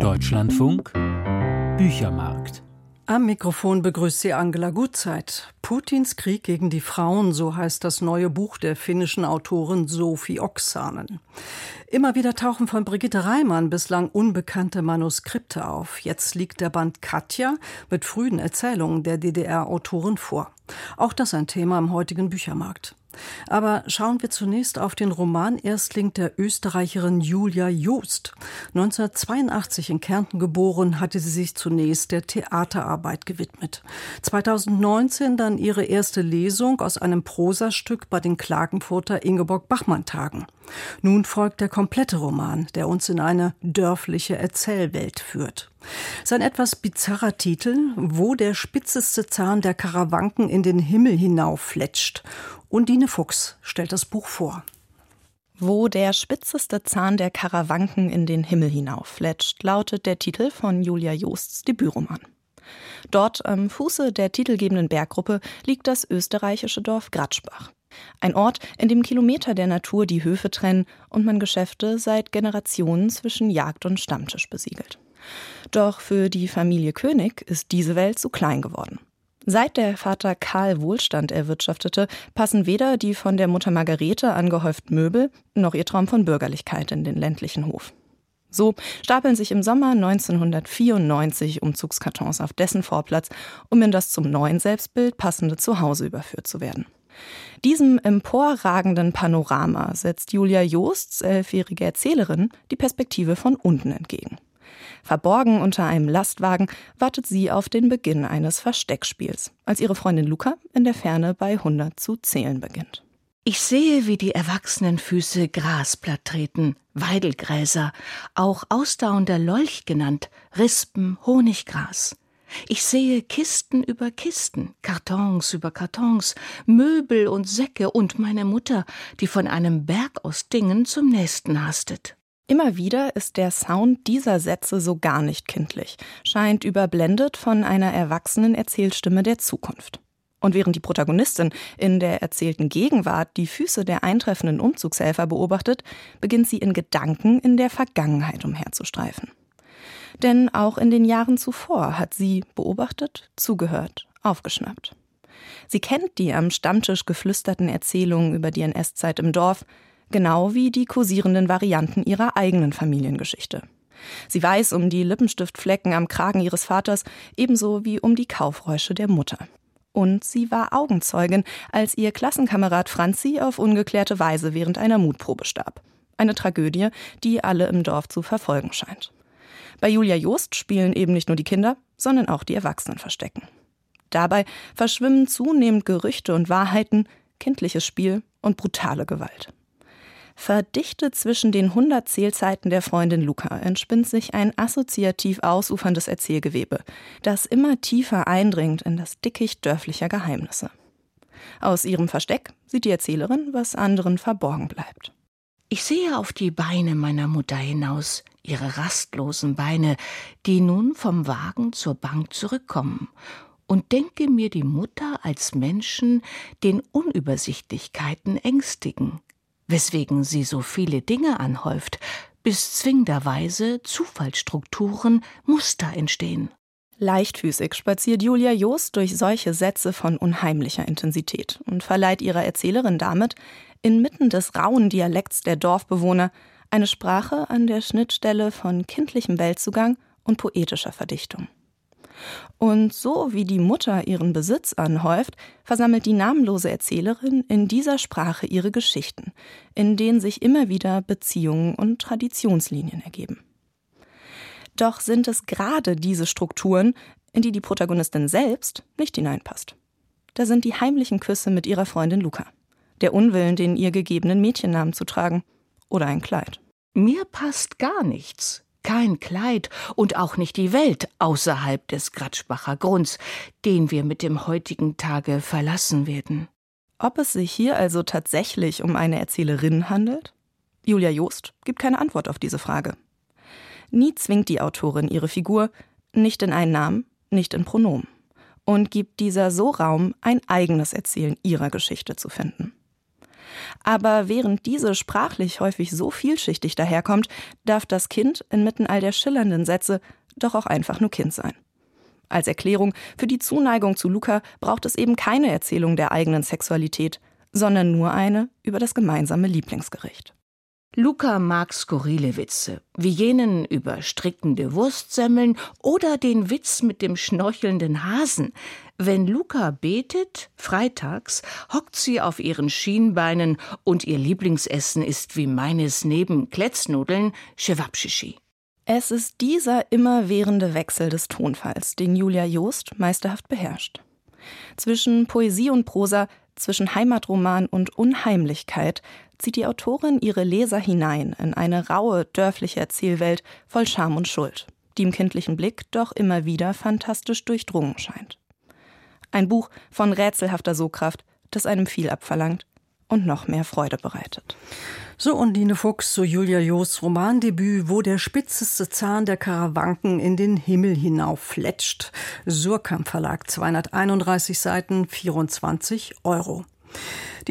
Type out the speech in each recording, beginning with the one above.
Deutschlandfunk Büchermarkt. Am Mikrofon begrüßt sie Angela Gutzeit. Putins Krieg gegen die Frauen, so heißt das neue Buch der finnischen Autorin Sofi Oksanen. Immer wieder tauchen von Brigitte Reimann bislang unbekannte Manuskripte auf. Jetzt liegt der Band Katja mit frühen Erzählungen der DDR-Autorin vor. Auch das ein Thema im heutigen Büchermarkt. Aber schauen wir zunächst auf den Roman-Erstling der Österreicherin Julia Joost. 1982 in Kärnten geboren, hatte sie sich zunächst der Theaterarbeit gewidmet. 2019 dann ihre erste Lesung aus einem Prosastück bei den Klagenfurter Ingeborg-Bachmann-Tagen. Nun folgt der komplette Roman, der uns in eine dörfliche Erzählwelt führt. Sein etwas bizarrer Titel, Wo der spitzeste Zahn der Karawanken in den Himmel hinauffletscht. Undine Fuchs stellt das Buch vor. Wo der spitzeste Zahn der Karawanken in den Himmel hinauffletscht, lautet der Titel von Julia Joosts Debütroman. Dort am Fuße der titelgebenden Berggruppe liegt das österreichische Dorf Gratschbach. Ein Ort, in dem Kilometer der Natur die Höfe trennen und man Geschäfte seit Generationen zwischen Jagd und Stammtisch besiegelt. Doch für die Familie König ist diese Welt zu klein geworden. Seit der Vater Karl Wohlstand erwirtschaftete, passen weder die von der Mutter Margarete angehäuften Möbel noch ihr Traum von Bürgerlichkeit in den ländlichen Hof. So stapeln sich im Sommer 1994 Umzugskartons auf dessen Vorplatz, um in das zum neuen Selbstbild passende Zuhause überführt zu werden. Diesem emporragenden Panorama setzt Julia Joosts 11-jährige Erzählerin die Perspektive von unten entgegen. Verborgen unter einem Lastwagen wartet sie auf den Beginn eines Versteckspiels, als ihre Freundin Luca in der Ferne bei 100 zu zählen beginnt. Ich sehe, wie die erwachsenen Füße Gras platt treten, Weidelgräser, auch ausdauernder Lolch genannt, Rispen, Honiggras. Ich sehe Kisten über Kisten, Kartons über Kartons, Möbel und Säcke und meine Mutter, die von einem Berg aus Dingen zum nächsten hastet. Immer wieder ist der Sound dieser Sätze so gar nicht kindlich, scheint überblendet von einer erwachsenen Erzählstimme der Zukunft. Und während die Protagonistin in der erzählten Gegenwart die Füße der eintreffenden Umzugshelfer beobachtet, beginnt sie in Gedanken in der Vergangenheit umherzustreifen. Denn auch in den Jahren zuvor hat sie beobachtet, zugehört, aufgeschnappt. Sie kennt die am Stammtisch geflüsterten Erzählungen über die NS-Zeit im Dorf, genau wie die kursierenden Varianten ihrer eigenen Familiengeschichte. Sie weiß um die Lippenstiftflecken am Kragen ihres Vaters, ebenso wie um die Kaufräusche der Mutter. Und sie war Augenzeugin, als ihr Klassenkamerad Franzi auf ungeklärte Weise während einer Mutprobe starb. Eine Tragödie, die alle im Dorf zu verfolgen scheint. Bei Julia Joost spielen eben nicht nur die Kinder, sondern auch die Erwachsenen verstecken. Dabei verschwimmen zunehmend Gerüchte und Wahrheiten, kindliches Spiel und brutale Gewalt. Verdichtet zwischen den 100 Zählzeiten der Freundin Luca entspinnt sich ein assoziativ ausuferndes Erzählgewebe, das immer tiefer eindringt in das Dickicht dörflicher Geheimnisse. Aus ihrem Versteck sieht die Erzählerin, was anderen verborgen bleibt. Ich sehe auf die Beine meiner Mutter hinaus, ihre rastlosen Beine, die nun vom Wagen zur Bank zurückkommen, und denke mir die Mutter als Menschen den Unübersichtlichkeiten ängstigen, weswegen sie so viele Dinge anhäuft, bis zwingenderweise Zufallsstrukturen, Muster entstehen. Leichtfüßig spaziert Julia Joost durch solche Sätze von unheimlicher Intensität und verleiht ihrer Erzählerin damit, inmitten des rauen Dialekts der Dorfbewohner, eine Sprache an der Schnittstelle von kindlichem Weltzugang und poetischer Verdichtung. Und so wie die Mutter ihren Besitz anhäuft, versammelt die namenlose Erzählerin in dieser Sprache ihre Geschichten, in denen sich immer wieder Beziehungen und Traditionslinien ergeben. Doch sind es gerade diese Strukturen, in die die Protagonistin selbst nicht hineinpasst. Da sind die heimlichen Küsse mit ihrer Freundin Luca, der Unwillen, den ihr gegebenen Mädchennamen zu tragen, oder ein Kleid. Mir passt gar nichts. Kein Kleid und auch nicht die Welt außerhalb des Gratschbacher Grunds, den wir mit dem heutigen Tage verlassen werden. Ob es sich hier also tatsächlich um eine Erzählerin handelt? Julia Joost gibt keine Antwort auf diese Frage. Nie zwingt die Autorin ihre Figur, nicht in einen Namen, nicht in Pronomen, und gibt dieser so Raum, ein eigenes Erzählen ihrer Geschichte zu finden. Aber während diese sprachlich häufig so vielschichtig daherkommt, darf das Kind inmitten all der schillernden Sätze doch auch einfach nur Kind sein. Als Erklärung für die Zuneigung zu Luka braucht es eben keine Erzählung der eigenen Sexualität, sondern nur eine über das gemeinsame Lieblingsgericht. Luka mag skurrile Witze, wie jenen über strickende Wurstsemmeln oder den Witz mit dem schnorchelnden Hasen. Wenn Luka betet, freitags, hockt sie auf ihren Schienbeinen und ihr Lieblingsessen ist wie meines neben Klettsnudeln Cevapcici. Es ist dieser immerwährende Wechsel des Tonfalls, den Julia Joost meisterhaft beherrscht. Zwischen Poesie und Prosa, zwischen Heimatroman und Unheimlichkeit zieht die Autorin ihre Leser hinein in eine raue, dörfliche Erzählwelt voll Scham und Schuld, die im kindlichen Blick doch immer wieder fantastisch durchdrungen scheint. Ein Buch von rätselhafter Sogkraft, das einem viel abverlangt und noch mehr Freude bereitet. So Undine Fuchs zu Julia Joosts Romandebüt, wo der spitzeste Zahn der Karawanken in den Himmel hinauffletscht. Surkamp Verlag, 231 Seiten, 24 €. Die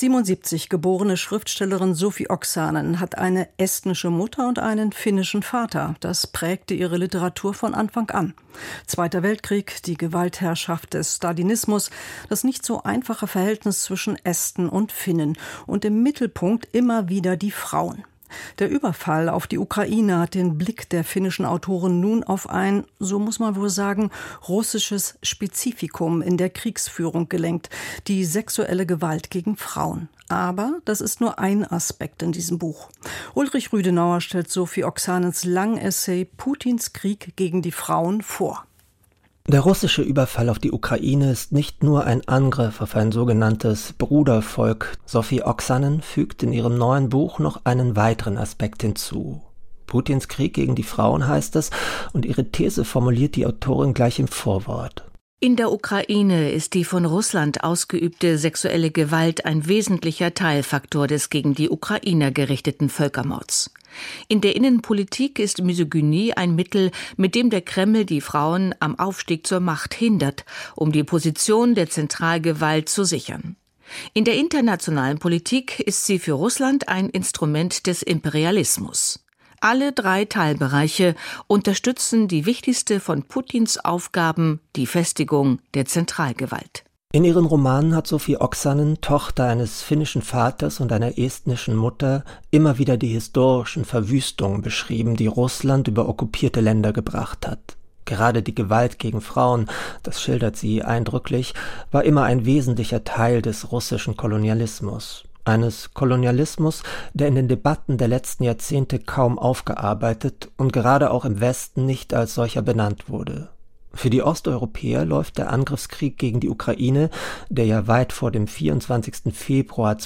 1977 geborene Schriftstellerin Sophie Oksanen hat eine estnische Mutter und einen finnischen Vater. Das prägte ihre Literatur von Anfang an. Zweiter Weltkrieg, die Gewaltherrschaft des Stalinismus, das nicht so einfache Verhältnis zwischen Esten und Finnen und im Mittelpunkt immer wieder die Frauen. Der Überfall auf die Ukraine hat den Blick der finnischen Autorin nun auf ein, so muss man wohl sagen, russisches Spezifikum in der Kriegsführung gelenkt, die sexuelle Gewalt gegen Frauen. Aber das ist nur ein Aspekt in diesem Buch. Ulrich Rüdenauer stellt Sophie Oksanens Langessay Putins Krieg gegen die Frauen vor. Der russische Überfall auf die Ukraine ist nicht nur ein Angriff auf ein sogenanntes Brudervolk. Sophie Oksanen fügt in ihrem neuen Buch noch einen weiteren Aspekt hinzu. Putins Krieg gegen die Frauen heißt es, und ihre These formuliert die Autorin gleich im Vorwort. In der Ukraine ist die von Russland ausgeübte sexuelle Gewalt ein wesentlicher Teilfaktor des gegen die Ukrainer gerichteten Völkermords. In der Innenpolitik ist Misogynie ein Mittel, mit dem der Kreml die Frauen am Aufstieg zur Macht hindert, um die Position der Zentralgewalt zu sichern. In der internationalen Politik ist sie für Russland ein Instrument des Imperialismus. Alle drei Teilbereiche unterstützen die wichtigste von Putins Aufgaben, die Festigung der Zentralgewalt. In ihren Romanen hat Sophie Oksanen, Tochter eines finnischen Vaters und einer estnischen Mutter, immer wieder die historischen Verwüstungen beschrieben, die Russland über okkupierte Länder gebracht hat. Gerade die Gewalt gegen Frauen, das schildert sie eindrücklich, war immer ein wesentlicher Teil des russischen Kolonialismus. Eines Kolonialismus, der in den Debatten der letzten Jahrzehnte kaum aufgearbeitet und gerade auch im Westen nicht als solcher benannt wurde. Für die Osteuropäer läuft der Angriffskrieg gegen die Ukraine, der ja weit vor dem 24. Februar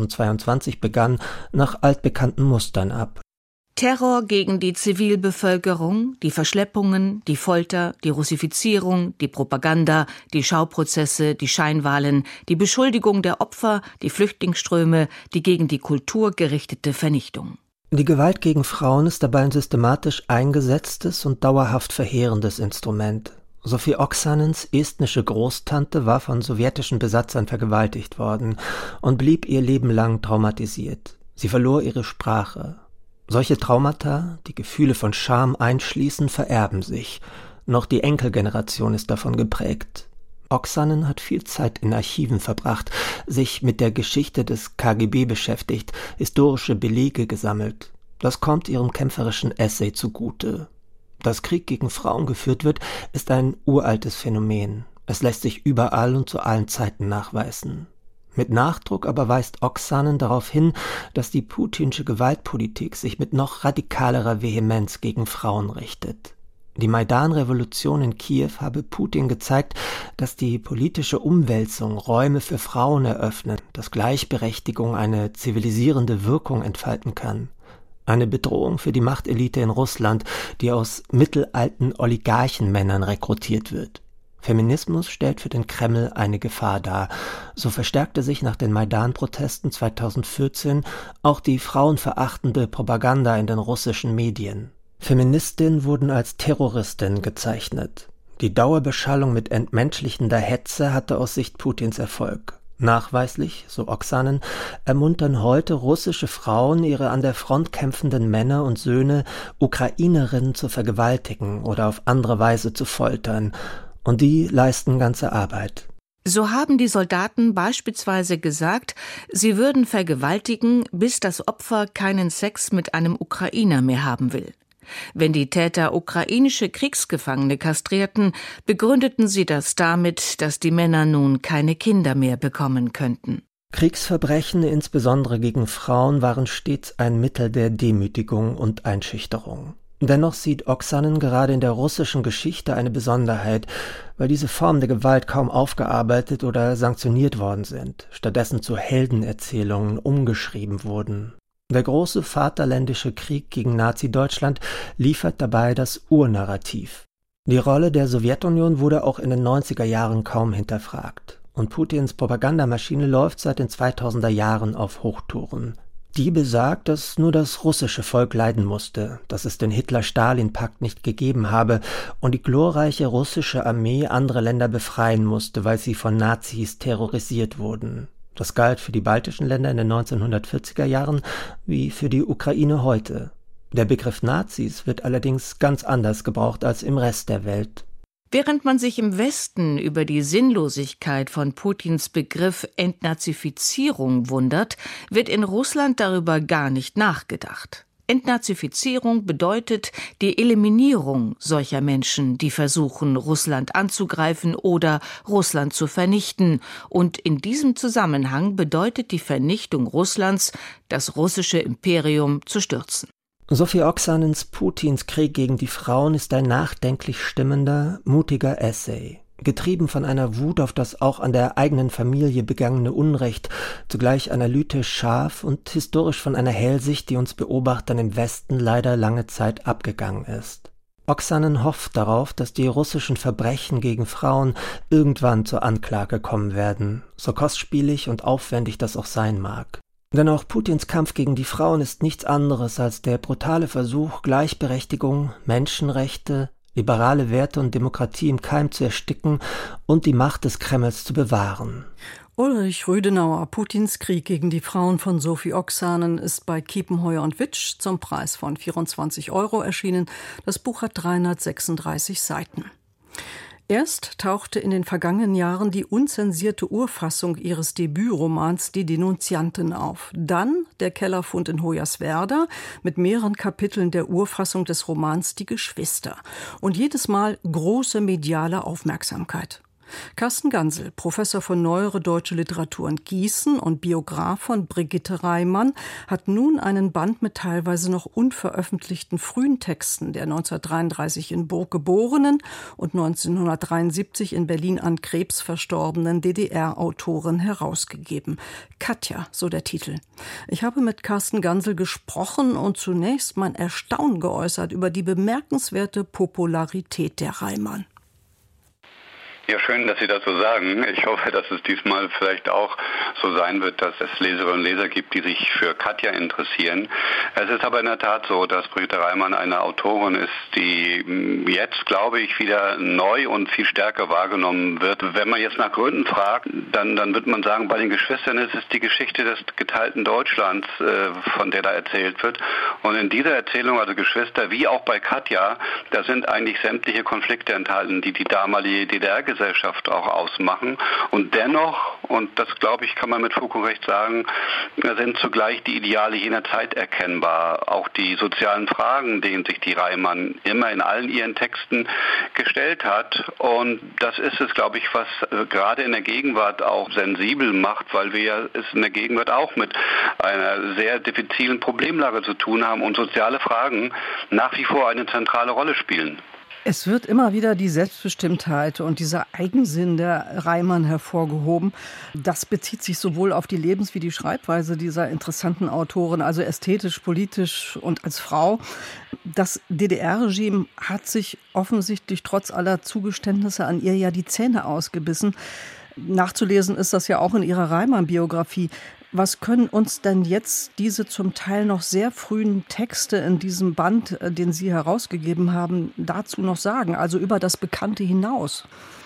2022 begann, nach altbekannten Mustern ab. Terror gegen die Zivilbevölkerung, die Verschleppungen, die Folter, die Russifizierung, die Propaganda, die Schauprozesse, die Scheinwahlen, die Beschuldigung der Opfer, die Flüchtlingsströme, die gegen die Kultur gerichtete Vernichtung. Die Gewalt gegen Frauen ist dabei ein systematisch eingesetztes und dauerhaft verheerendes Instrument. Sophie Oksanens estnische Großtante war von sowjetischen Besatzern vergewaltigt worden und blieb ihr Leben lang traumatisiert. Sie verlor ihre Sprache. Solche Traumata, die Gefühle von Scham einschließen, vererben sich. Noch die Enkelgeneration ist davon geprägt. Oksanen hat viel Zeit in Archiven verbracht, sich mit der Geschichte des KGB beschäftigt, historische Belege gesammelt. Das kommt ihrem kämpferischen Essay zugute. Dass Krieg gegen Frauen geführt wird, ist ein uraltes Phänomen. Es lässt sich überall und zu allen Zeiten nachweisen. Mit Nachdruck aber weist Oksanen darauf hin, dass die putinsche Gewaltpolitik sich mit noch radikalerer Vehemenz gegen Frauen richtet. Die Maidan-Revolution in Kiew habe Putin gezeigt, dass die politische Umwälzung Räume für Frauen eröffnet, dass Gleichberechtigung eine zivilisierende Wirkung entfalten kann. Eine Bedrohung für die Machtelite in Russland, die aus mittelalten Oligarchenmännern rekrutiert wird. Feminismus stellt für den Kreml eine Gefahr dar. So verstärkte sich nach den Maidan-Protesten 2014 auch die frauenverachtende Propaganda in den russischen Medien. Feministinnen wurden als Terroristinnen gezeichnet. Die Dauerbeschallung mit entmenschlichender Hetze hatte aus Sicht Putins Erfolg. Nachweislich, so Oksanen, ermuntern heute russische Frauen ihre an der Front kämpfenden Männer und Söhne, Ukrainerinnen zu vergewaltigen oder auf andere Weise zu foltern. Und die leisten ganze Arbeit. So haben die Soldaten beispielsweise gesagt, sie würden vergewaltigen, bis das Opfer keinen Sex mit einem Ukrainer mehr haben will. Wenn die Täter ukrainische Kriegsgefangene kastrierten, begründeten sie das damit, dass die Männer nun keine Kinder mehr bekommen könnten. Kriegsverbrechen, insbesondere gegen Frauen, waren stets ein Mittel der Demütigung und Einschüchterung. Dennoch sieht Oksanen gerade in der russischen Geschichte eine Besonderheit, weil diese Formen der Gewalt kaum aufgearbeitet oder sanktioniert worden sind, stattdessen zu Heldenerzählungen umgeschrieben wurden. Der große Vaterländische Krieg gegen Nazi-Deutschland liefert dabei das Urnarrativ. Die Rolle der Sowjetunion wurde auch in den 90er Jahren kaum hinterfragt. Und Putins Propagandamaschine läuft seit den 2000er Jahren auf Hochtouren. Die besagt, dass nur das russische Volk leiden musste, dass es den Hitler-Stalin-Pakt nicht gegeben habe und die glorreiche russische Armee andere Länder befreien musste, weil sie von Nazis terrorisiert wurden. Das galt für die baltischen Länder in den 1940er Jahren wie für die Ukraine heute. Der Begriff Nazis wird allerdings ganz anders gebraucht als im Rest der Welt. Während man sich im Westen über die Sinnlosigkeit von Putins Begriff Entnazifizierung wundert, wird in Russland darüber gar nicht nachgedacht. Entnazifizierung bedeutet die Eliminierung solcher Menschen, die versuchen, Russland anzugreifen oder Russland zu vernichten. Und in diesem Zusammenhang bedeutet die Vernichtung Russlands, das russische Imperium zu stürzen. Sophie Oksanens Putins Krieg gegen die Frauen ist ein nachdenklich stimmender, mutiger Essay. Getrieben von einer Wut auf das auch an der eigenen Familie begangene Unrecht, zugleich analytisch scharf und historisch von einer Hellsicht, die uns Beobachtern im Westen leider lange Zeit abgegangen ist. Oksanen hofft darauf, dass die russischen Verbrechen gegen Frauen irgendwann zur Anklage kommen werden, so kostspielig und aufwendig das auch sein mag. Denn auch Putins Kampf gegen die Frauen ist nichts anderes als der brutale Versuch, Gleichberechtigung, Menschenrechte, liberale Werte und Demokratie im Keim zu ersticken und die Macht des Kremls zu bewahren. Ulrich Rüdenauer, Putins Krieg gegen die Frauen von Sophie Oksanen ist bei Kiepenheuer und Witsch zum Preis von 24 € erschienen. Das Buch hat 336 Seiten. Erst tauchte in den vergangenen Jahren die unzensierte Urfassung ihres Debütromans Die Denunziantin auf. Dann der Kellerfund in Hoyerswerda mit mehreren Kapiteln der Urfassung des Romans Die Geschwister. Und jedes Mal große mediale Aufmerksamkeit. Carsten Gansel, Professor für Neuere Deutsche Literatur in Gießen und Biograf von Brigitte Reimann, hat nun einen Band mit teilweise noch unveröffentlichten frühen Texten der 1933 in Burg geborenen und 1973 in Berlin an Krebs verstorbenen DDR-Autorin herausgegeben. Katja, so der Titel. Ich habe mit Carsten Gansel gesprochen und zunächst mein Erstaunen geäußert über die bemerkenswerte Popularität der Reimann. Ja, schön, dass Sie das so sagen. Ich hoffe, dass es diesmal vielleicht auch so sein wird, dass es Leserinnen und Leser gibt, die sich für Katja interessieren. Es ist aber in der Tat so, dass Brigitte Reimann eine Autorin ist, die jetzt, glaube ich, wieder neu und viel stärker wahrgenommen wird. Wenn man jetzt nach Gründen fragt, dann wird man sagen, bei den Geschwistern ist es die Geschichte des geteilten Deutschlands, von der da erzählt wird. Und in dieser Erzählung, also Geschwister, wie auch bei Katja, da sind eigentlich sämtliche Konflikte enthalten, die die damalige DDR-Gesellschaft auch ausmachen. Und dennoch, und das glaube ich, kann man mit Fug und Recht sagen, sind zugleich die Ideale jener Zeit erkennbar. Auch die sozialen Fragen, denen sich die Reimann immer in allen ihren Texten gestellt hat. Und das ist es, glaube ich, was gerade in der Gegenwart auch sensibel macht, weil wir ja es in der Gegenwart auch mit einer sehr diffizilen Problemlage zu tun haben und soziale Fragen nach wie vor eine zentrale Rolle spielen. Es wird immer wieder die Selbstbestimmtheit und dieser Eigensinn der Reimann hervorgehoben. Das bezieht sich sowohl auf die Lebens- wie die Schreibweise dieser interessanten Autorin, also ästhetisch, politisch und als Frau. Das DDR-Regime hat sich offensichtlich trotz aller Zugeständnisse an ihr ja die Zähne ausgebissen. Nachzulesen ist das ja auch in ihrer Reimann-Biografie. Was können uns denn jetzt diese zum Teil noch sehr frühen Texte in diesem Band, den Sie herausgegeben haben, dazu noch sagen, also über das Bekannte hinaus?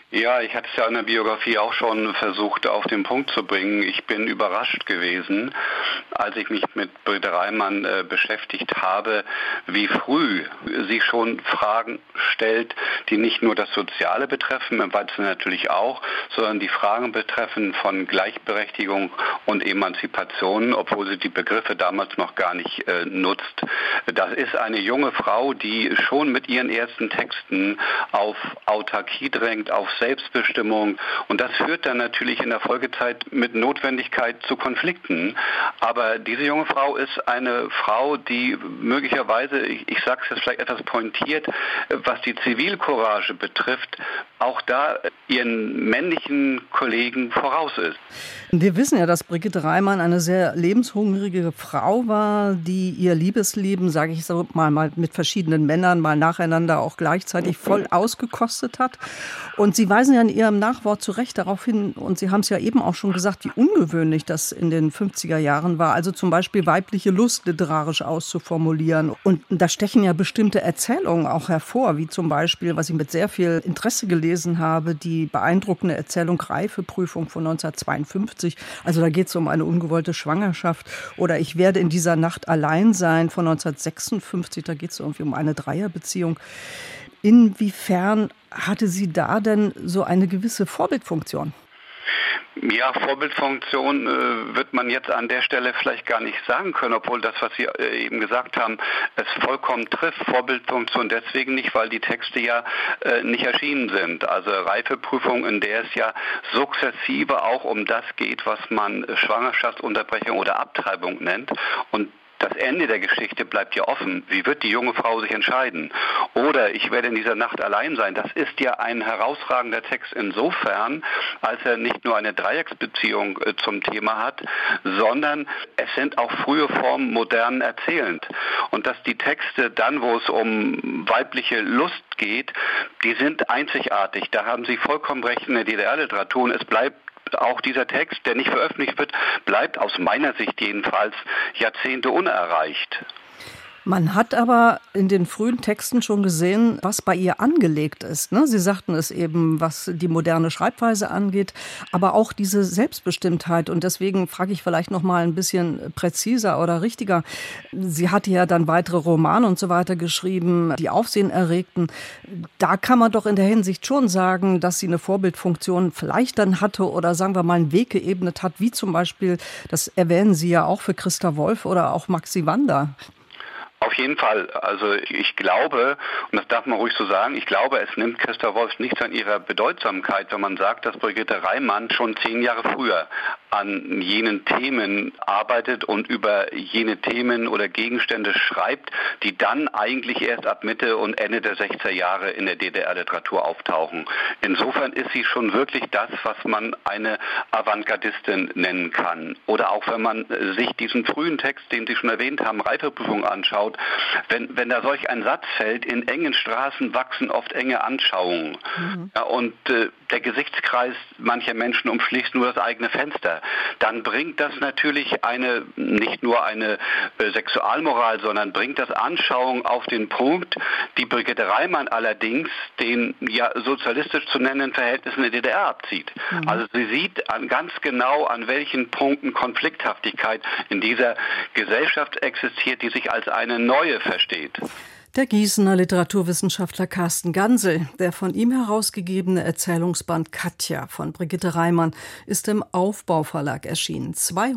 Ja, ich hatte es ja in der Biografie auch schon versucht auf den Punkt zu bringen. Ich bin überrascht gewesen, als ich mich mit Brigitte Reimann beschäftigt habe, wie früh sie schon Fragen stellt, die nicht nur das Soziale betreffen, im weitesten natürlich auch, sondern die Fragen betreffen von Gleichberechtigung und Emanzipation, obwohl sie die Begriffe damals noch gar nicht nutzt. Das ist eine junge Frau, die schon mit ihren ersten Texten auf Autarkie drängt, auf Selbstbestimmung, und das führt dann natürlich in der Folgezeit mit Notwendigkeit zu Konflikten. Aber diese junge Frau ist eine Frau, die möglicherweise, ich sage es jetzt vielleicht etwas pointiert, was die Zivilcourage betrifft, auch da ihren männlichen Kollegen voraus ist. Wir wissen ja, dass Brigitte Reimann eine sehr lebenshungrige Frau war, die ihr Liebesleben, sage ich so mal mit verschiedenen Männern, mal nacheinander auch gleichzeitig voll ausgekostet hat. Und Sie weisen ja in Ihrem Nachwort zu Recht darauf hin, und Sie haben es ja eben auch schon gesagt, wie ungewöhnlich das in den 50er Jahren war. Also zum Beispiel weibliche Lust literarisch auszuformulieren. Und da stechen ja bestimmte Erzählungen auch hervor, wie zum Beispiel, was ich mit sehr viel Interesse gelesen habe, die beeindruckende Erzählung Reifeprüfung von 1952. Also da geht es um eine ungewollte Schwangerschaft. Oder Ich werde in dieser Nacht allein sein von 1956. Da geht es irgendwie um eine Dreierbeziehung. Inwiefern hatte sie da denn so eine gewisse Vorbildfunktion? Ja, Vorbildfunktion wird man jetzt an der Stelle vielleicht gar nicht sagen können, obwohl das, was Sie eben gesagt haben, es vollkommen trifft. Vorbildfunktion deswegen nicht, weil die Texte ja nicht erschienen sind. Also Reifeprüfung, in der es ja sukzessive auch um das geht, was man Schwangerschaftsunterbrechung oder Abtreibung nennt. Und das Ende der Geschichte bleibt ja offen. Wie wird die junge Frau sich entscheiden? Oder Ich werde in dieser Nacht allein sein. Das ist ja ein herausragender Text insofern, als er nicht nur eine Dreiecksbeziehung zum Thema hat, sondern es sind auch frühe Formen modernen Erzählens. Und dass die Texte dann, wo es um weibliche Lust geht, die sind einzigartig. Da haben Sie vollkommen recht in der DDR-Literatur. Und es bleibt auch dieser Text, der nicht veröffentlicht wird, bleibt aus meiner Sicht jedenfalls Jahrzehnte unerreicht. Man hat aber in den frühen Texten schon gesehen, was bei ihr angelegt ist. Sie sagten es eben, was die moderne Schreibweise angeht, aber auch diese Selbstbestimmtheit. Und deswegen frage ich vielleicht noch mal ein bisschen präziser oder richtiger. Sie hatte ja dann weitere Romane und so weiter geschrieben, die Aufsehen erregten. Da kann man doch in der Hinsicht schon sagen, dass sie eine Vorbildfunktion vielleicht dann hatte oder sagen wir mal einen Weg geebnet hat, wie zum Beispiel, das erwähnen Sie ja auch für Christa Wolf oder auch Maxi Wander. Auf jeden Fall. Also ich glaube, und das darf man ruhig so sagen, ich glaube, es nimmt Christa Wolf nichts an ihrer Bedeutsamkeit, wenn man sagt, dass Brigitte Reimann schon 10 Jahre früher an jenen Themen arbeitet und über jene Themen oder Gegenstände schreibt, die dann eigentlich erst ab Mitte und Ende der 60er Jahre in der DDR-Literatur auftauchen. Insofern ist sie schon wirklich das, was man eine Avantgardistin nennen kann. Oder auch wenn man sich diesen frühen Text, den Sie schon erwähnt haben, Reifeprüfung anschaut, wenn da solch ein Satz fällt, in engen Straßen wachsen oft enge Anschauungen. Ja, und der Gesichtskreis mancher Menschen umschließt nur das eigene Fenster. Dann bringt das natürlich nicht nur eine Sexualmoral, sondern bringt das Anschauung auf den Punkt, die Brigitte Reimann allerdings den ja sozialistisch zu nennenden Verhältnissen in der DDR abzieht. Also sie sieht ganz genau, an welchen Punkten Konflikthaftigkeit in dieser Gesellschaft existiert, die sich als eine neue versteht. Der Gießener Literaturwissenschaftler Carsten Gansel, der von ihm herausgegebene Erzählungsband Katja von Brigitte Reimann ist im Aufbau-Verlag erschienen.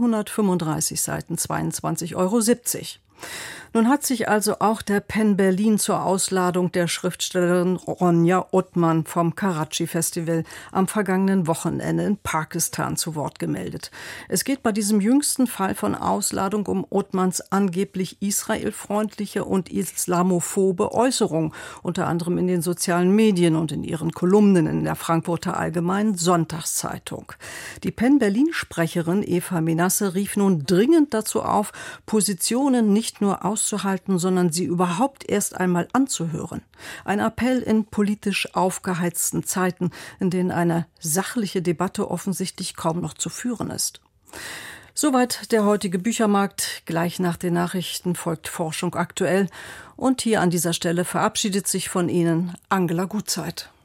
235 Seiten, 22,70 €. Nun hat sich also auch der PEN Berlin zur Ausladung der Schriftstellerin Ronja Othmann vom Karachi-Festival am vergangenen Wochenende in Pakistan zu Wort gemeldet. Es geht bei diesem jüngsten Fall von Ausladung um Othmanns angeblich israelfreundliche und islamophobe Äußerung, unter anderem in den sozialen Medien und in ihren Kolumnen in der Frankfurter Allgemeinen Sonntagszeitung. Die PEN Berlin-Sprecherin Eva Menasse rief nun dringend dazu auf, Positionen nicht nur auszuhalten, sondern sie überhaupt erst einmal anzuhören. Ein Appell in politisch aufgeheizten Zeiten, in denen eine sachliche Debatte offensichtlich kaum noch zu führen ist. Soweit der heutige Büchermarkt. Gleich nach den Nachrichten folgt Forschung aktuell. Und hier an dieser Stelle verabschiedet sich von Ihnen Angela Gutzeit.